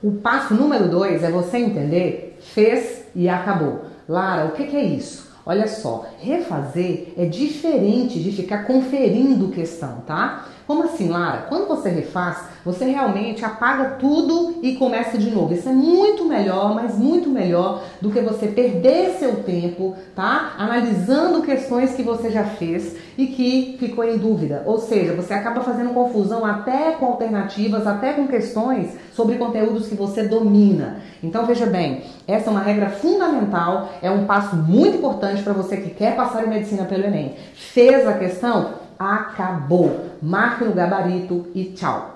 O passo número 2 é você entender, fez e acabou. Lara, o que é isso? Olha só, refazer é diferente de ficar conferindo questão, tá? Como assim, Lara? Quando você refaz, você realmente apaga tudo e começa de novo. Isso é muito melhor, mas muito melhor do que você perder seu tempo, tá? Analisando questões que você já fez e que ficou em dúvida. Ou seja, você acaba fazendo confusão até com alternativas, até com questões sobre conteúdos que você domina. Então, veja bem, essa é uma regra fundamental, é um passo muito importante para você que quer passar em medicina pelo Enem. Fez a questão? Acabou. Marque no gabarito e tchau.